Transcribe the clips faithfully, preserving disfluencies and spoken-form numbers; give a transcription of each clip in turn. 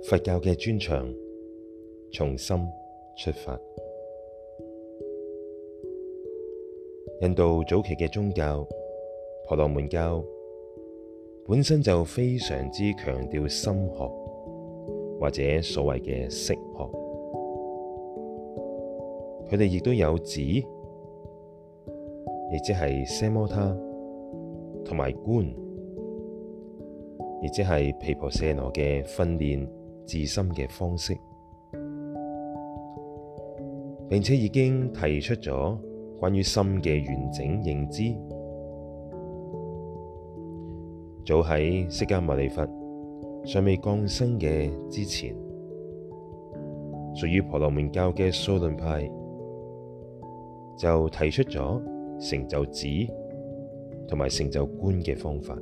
佛教嘅專長，從心出發。印度早期嘅宗教婆羅門教本身就非常之強調心學，或者所謂嘅識學。佢哋亦都有止，亦即係奢摩他，同埋觀，亦即係毗婆舍那嘅訓練自心嘅方式，並且已經提出咗關於心嘅完整認知。早喺釋迦牟尼佛尚未降生嘅之前，屬於婆羅門教嘅數論派就提出咗成就止同埋成就觀嘅方法，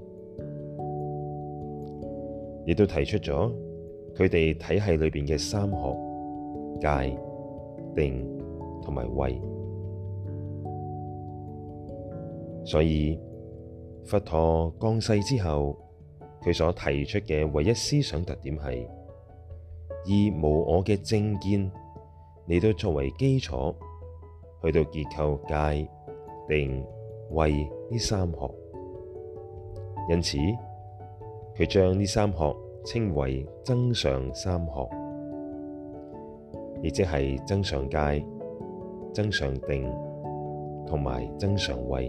亦都提出咗佢哋體系裏邊嘅三學：戒、定同埋慧。所以佛陀降世之後，佢所提出嘅唯一思想特點係以無我嘅正見嚟到作為基礎，去到結構戒、定、慧呢三學。因此，佢將呢三學稱為增上三學，亦即係增上戒、增上定同埋增上慧。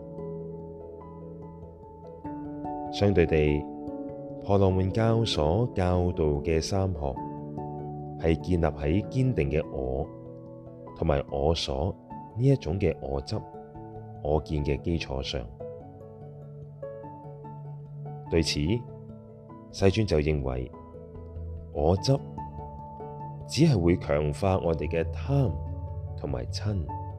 相對地，婆羅門教所教導嘅三學係建立喺堅定嘅我同埋我所呢一種嘅我執、我見嘅基礎上。對此，世尊就認為我執只係會強化我哋嘅貪同埋瞋，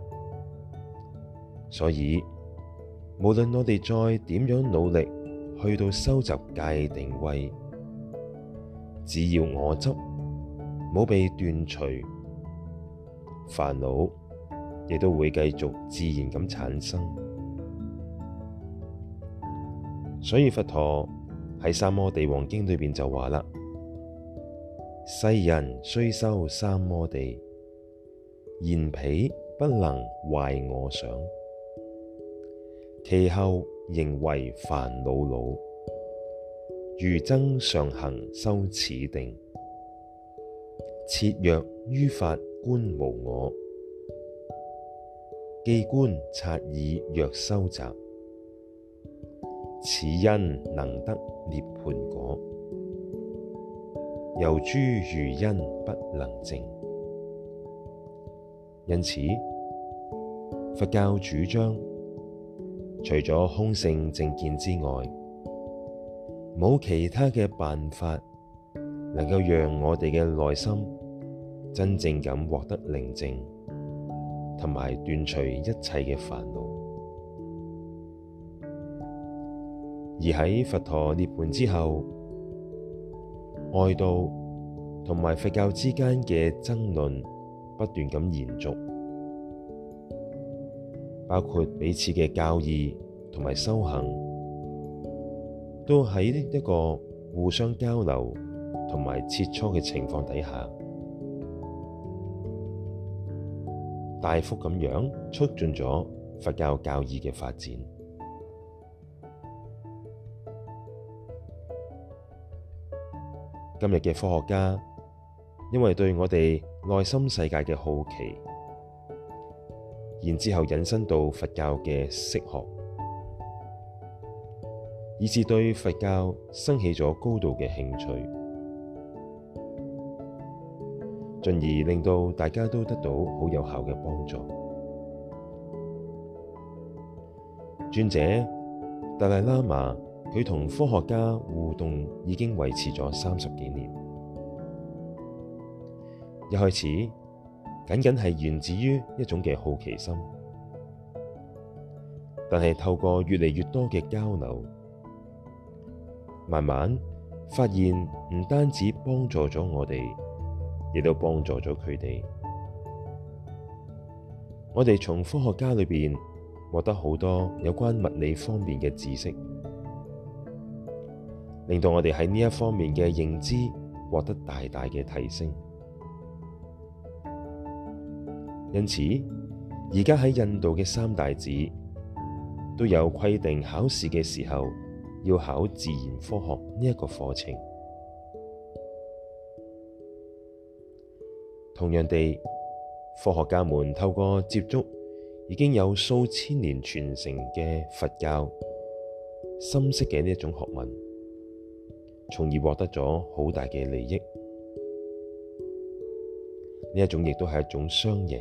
所以無論我哋再點樣努力去到收集戒定慧，只要我執冇被斷除，煩惱亦都會繼續自然咁產生。所以佛陀喺《三摩地王經》裏邊就話啦：世人雖修三摩地，然彼不能壞我想，其後仍為煩惱惱，如增上行修此定，設若於法觀無我，既觀察已若修習，此因能得涅槃果，由諸餘因不能證。因此，佛教主張除咗空性正見之外，冇其他嘅辦法能夠讓我哋嘅內心真正咁獲得寧靜，同埋斷除一切嘅煩惱。而喺佛陀涅槃之後，外道同埋佛教之間嘅爭論不斷咁延續，包括彼此嘅教義同埋修行，都喺一個互相交流同埋切磋嘅情況底下，大幅咁樣促進咗佛教教義嘅發展。今日嘅科學家因為對我哋內心世界嘅好奇，然之後引申到佛教嘅識學，以致對佛教生起咗高度嘅興趣，進而令到大家都得到好有效嘅幫助。尊者達賴喇嘛佢同科學家互動已經維持咗三十幾年。一開始僅僅係源自於一種嘅好奇心，但係透過越嚟越多嘅交流，慢慢發現唔單止幫助咗我哋，亦都幫助咗佢哋。我哋從科學家裏邊獲得好多有關物理方面嘅知識，令到我哋喺呢一方面嘅認知獲得大大嘅提升。因此，而家喺印度嘅三大寺都有規定，考試嘅時候要考自然科學呢一個課程。同樣地，科學家們透過接觸已經有數千年傳承嘅佛教深識嘅呢一種學問，從而獲得咗好大嘅利益。呢一種亦都係一種雙贏。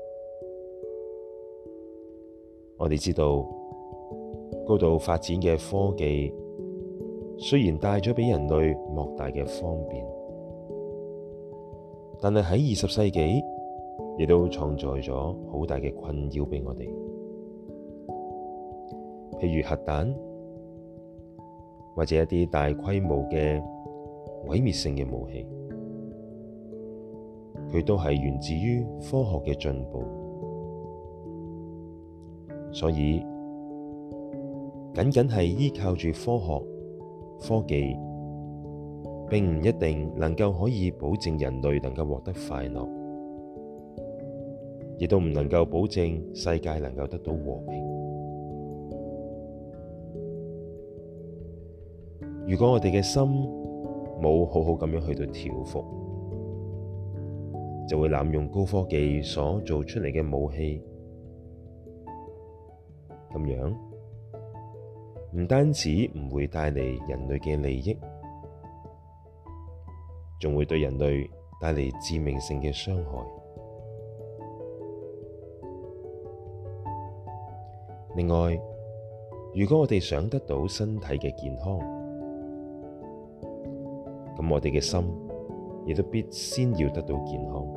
我哋知道，高度發展嘅科技雖然帶咗畀人類莫大嘅方便，但係喺二十世紀亦都創造咗好大嘅困擾畀我哋。譬如核彈，或者一啲大規模嘅毀滅性嘅武器，佢都係源自於科學嘅進步。所以，僅僅係依靠住科學、科技，並唔一定能夠可以保證人類能夠獲得快樂，亦都唔能夠保證世界能夠得到和平。如果我哋嘅心冇好好咁樣去到調伏，就會濫用高科技所做出嚟嘅武器。咁樣唔單止唔會帶嚟人類嘅利益，仲會對人類帶嚟致命性嘅傷害。另外，如果我哋想得到身體嘅健康，咁我哋嘅心亦都必先要得到健康。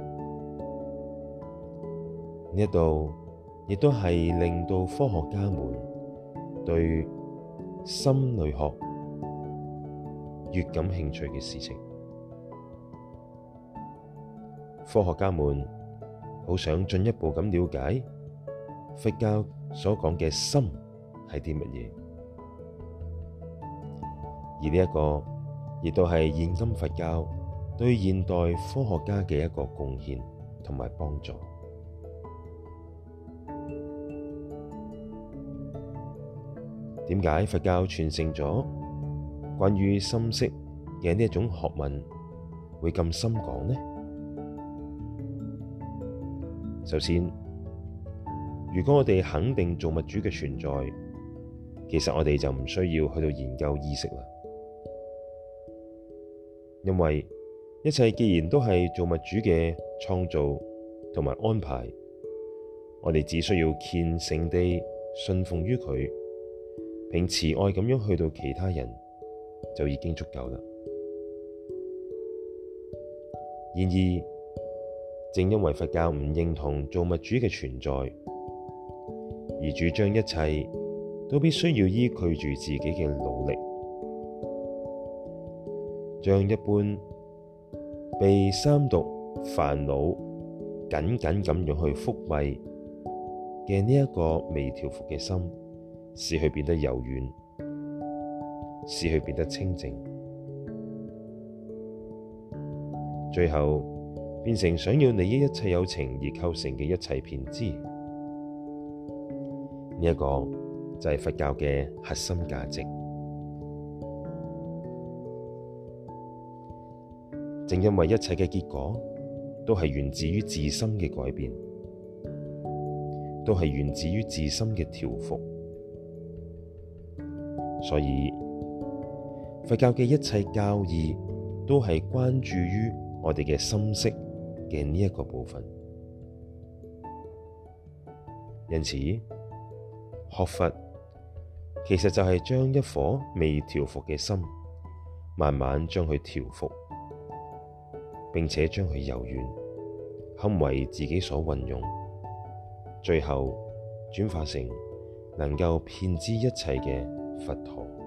呢一度亦都係令到科學家們對心理學越感興趣嘅事情。科學家們好想進一步咁了解佛教所講嘅心係啲乜嘢，而呢一個亦都係現今佛教對現代科學家嘅一個貢獻同埋幫助。點解佛教傳承咗關於心識嘅呢一種學問會咁深廣呢？首先，如果我哋肯定造物主嘅存在，其實我哋就唔需要去到研究意識啦，因為一切既然都係造物主嘅創造同埋安排，我哋只需要虔誠地信奉於佢，並慈愛咁樣去到其他人，就已經足夠啦。然而，正因為佛教唔認同造物主嘅存在，而主張一切都必須要依據住自己嘅努力，將一般被三毒煩惱緊緊咁樣去覆蔽嘅呢一個未調伏嘅心，使佢變得柔軟，使佢變得清淨，最後變成想要利益一切有情而構成嘅一切遍知。呢一個就係佛教嘅核心價值。正因為一切嘅結果都係源自於自心嘅改變，都係源自於自心嘅調伏。所以佛教嘅一切教義都係關注於我哋嘅心識嘅呢一個部分。因此，學佛其實就係將一顆未調伏嘅心，慢慢將佢調伏，並且將佢柔軟，堪為自己所運用，最後轉化成能夠遍知一切嘅佛陀。